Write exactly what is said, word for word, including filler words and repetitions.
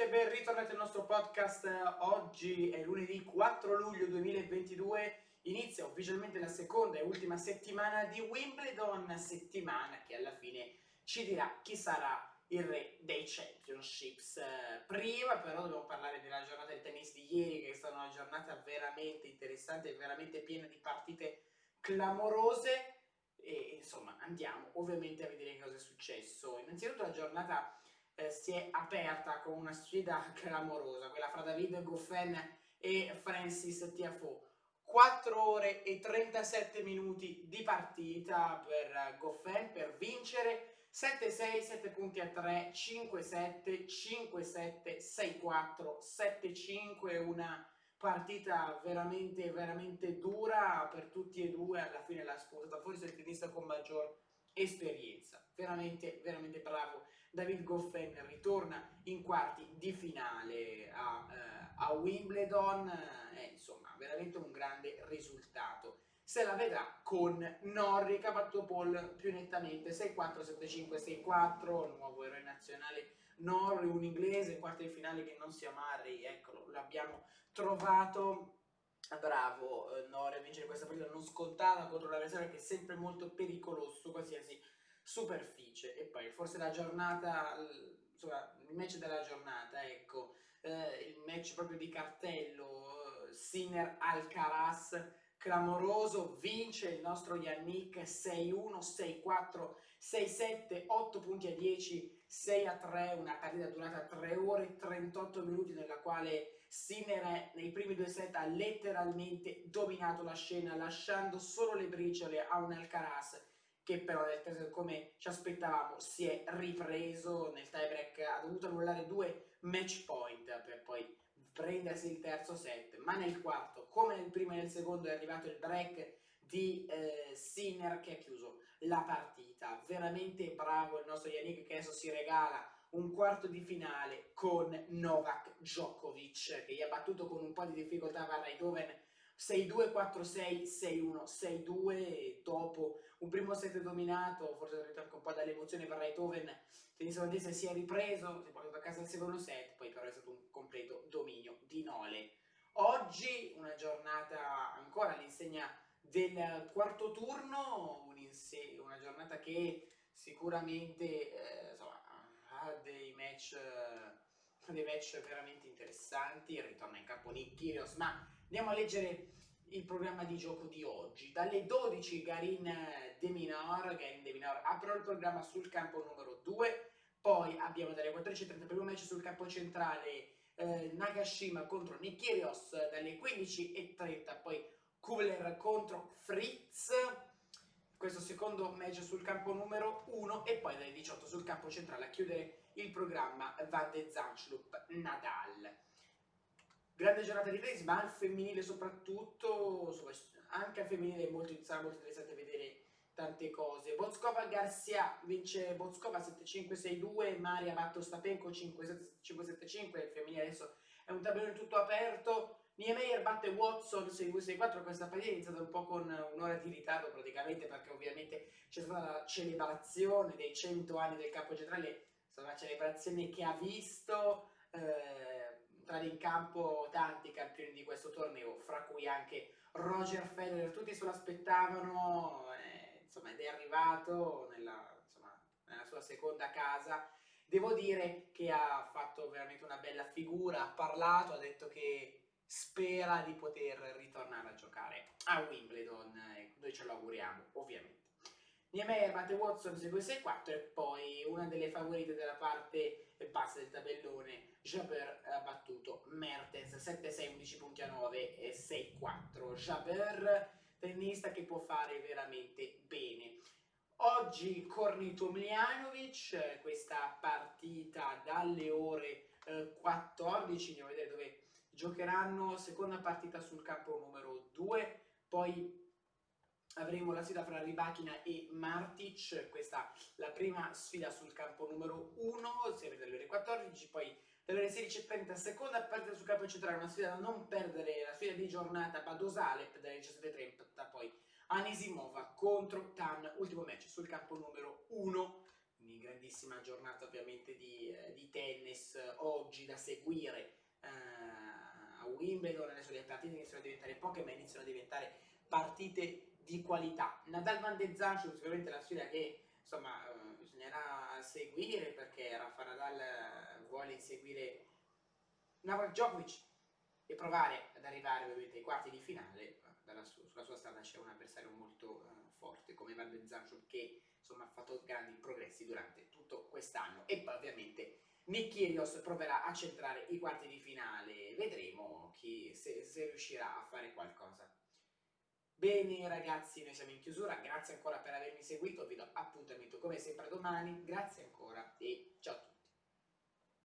ben ritornati al nostro podcast. Oggi è lunedì quattro luglio duemilaventidue, inizia ufficialmente la seconda e ultima settimana di Wimbledon, settimana che alla fine ci dirà chi sarà il re dei championships. Prima però dobbiamo parlare della giornata di tennis di ieri, che è stata una giornata veramente interessante e veramente piena di partite clamorose. E insomma andiamo ovviamente a vedere cosa è successo. Innanzitutto la giornata eh, si è aperta con una sfida clamorosa, quella fra David Goffin e Francis Tiafoe. quattro ore e trentasette minuti di partita per Goffin per vincere sette sei, sette punti a tre, cinque sette, cinque sette, sei quattro, sette cinque, una partita veramente veramente dura per tutti e due. Alla fine l'ha spuntata fuori il tennista con maggior esperienza, veramente veramente bravo David Goffin. Ritorna in quarti di finale a, eh, a Wimbledon, eh, insomma veramente un grande risultato. Se la vedrà con Norrie che ha battuto Paul più nettamente sei quattro, sette cinque, sei quattro, nuovo eroe nazionale Norrie, un inglese in quarti di finale che non si amarri, eccolo, l'abbiamo trovato. Bravo eh, Norrie a vincere questa partita non scontata contro un avversario che è sempre molto pericoloso su qualsiasi superficie. E poi forse la giornata, insomma il match della giornata, ecco, eh, il match proprio di cartello, eh, Sinner Alcaraz, clamoroso, vince il nostro Yannick sei uno, sei quattro, sei sette, otto punti a dieci, sei a tre, una partita durata tre ore e trentotto minuti nella quale Sinner nei primi due set ha letteralmente dominato la scena, lasciando solo le briciole a un Alcaraz che però nel terzo, come ci aspettavamo, si è ripreso. Nel tiebreak ha dovuto annullare due match point per poi prendersi il terzo set, ma nel quarto, come nel primo e nel secondo, è arrivato il break di eh, Sinner che ha chiuso la partita. Veramente bravo il nostro Yannick, che adesso si regala un quarto di finale con Novak Djokovic, che gli ha battuto con un po' di difficoltà Van Rijthoven sei due, quattro sei, sei uno, sei due, e dopo un primo set dominato, forse arrivato anche un po' dall'emozione per Rijthoven, il tenista olandese si è ripreso, si è portato a casa il secondo set, poi però è stato un completo dominio di Nole. Oggi una giornata ancora all'insegna del quarto turno, una giornata che sicuramente eh, insomma, ha dei match, eh, dei match veramente interessanti. Ritorna in campo Nick Kyrgios, ma andiamo a leggere il programma di gioco di oggi. Dalle dodici Garin De Minaur, Garin De Minaur apre il programma sul campo numero due, poi abbiamo dalle quattordici e trenta il primo match sul campo centrale, eh, Nagashima contro Nick Kyrgios, dalle quindici e trenta poi Kubler contro Fritz, questo secondo match sul campo numero uno, e poi dalle diciotto sul campo centrale a chiudere il programma Van de Zandschulp Nadal. Grande giornata di tennis, ma al femminile soprattutto, anche al femminile è molto, sarà molto interessante vedere tante cose. Boskova Garcia vince Boskova sette cinque sei due, Maria batte Ostapenko cinque sette cinque, il femminile adesso è un tabellone tutto aperto. Niemeyer batte Watson sei due sei quattro, questa partita è iniziata un po' con un'ora di ritardo praticamente, perché ovviamente c'è stata la celebrazione dei cento anni del campo centrale, insomma una celebrazione che ha visto eh, entrare in campo tanti campioni di questo torneo, fra cui anche Roger Federer. Tutti se lo aspettavano, eh, insomma, ed è arrivato nella, insomma, nella sua seconda casa. Devo dire che ha fatto veramente una bella figura, ha parlato, ha detto che spera di poter ritornare a giocare a Wimbledon, e noi ce lo auguriamo ovviamente. Niemeyer batte Watson sei due sei quattro, e poi una delle favorite della parte bassa del tabellone, Jabeur ha battuto Mertens sette sei, undici punti a nove e sei quattro. Jabeur, tennista che può fare veramente bene. Oggi Cornet Tomljanovic, questa partita dalle ore eh, quattordici, andiamo a vedere dove giocheranno, seconda partita sul campo numero due, poi avremo la sfida fra Rybakina e Martic, questa la prima sfida sul campo numero uno, sempre dalle ore quattordici, poi dalle ore sedici e trenta seconda partita sul campo centrale, una sfida da non perdere, la sfida di giornata Badosalep dalle diciassette e trenta, poi Anisimova contro Tan, ultimo match sul campo numero uno. quindi grandissima giornata ovviamente di, eh, di tennis oggi da seguire eh, a Wimbledon. Adesso le partite iniziano a diventare poche, ma iniziano a diventare partite di qualità. Nadal Van de Zandt sicuramente la sfida che insomma eh, bisognerà seguire, perché Rafa Nadal eh, vuole inseguire Novak Djokovic e provare ad arrivare ovviamente ai quarti di finale. Dalla su sulla sua strada c'è un avversario molto uh, forte come Van de Zandt, che insomma ha fatto grandi progressi durante tutto quest'anno, e poi ovviamente Nick Kyrgios proverà a centrare i quarti di finale. Vedremo chi, se, se riuscirà a fare qualcosa. Bene ragazzi, noi siamo in chiusura, grazie ancora per avermi seguito, vi do appuntamento come sempre domani, grazie ancora e ciao a tutti.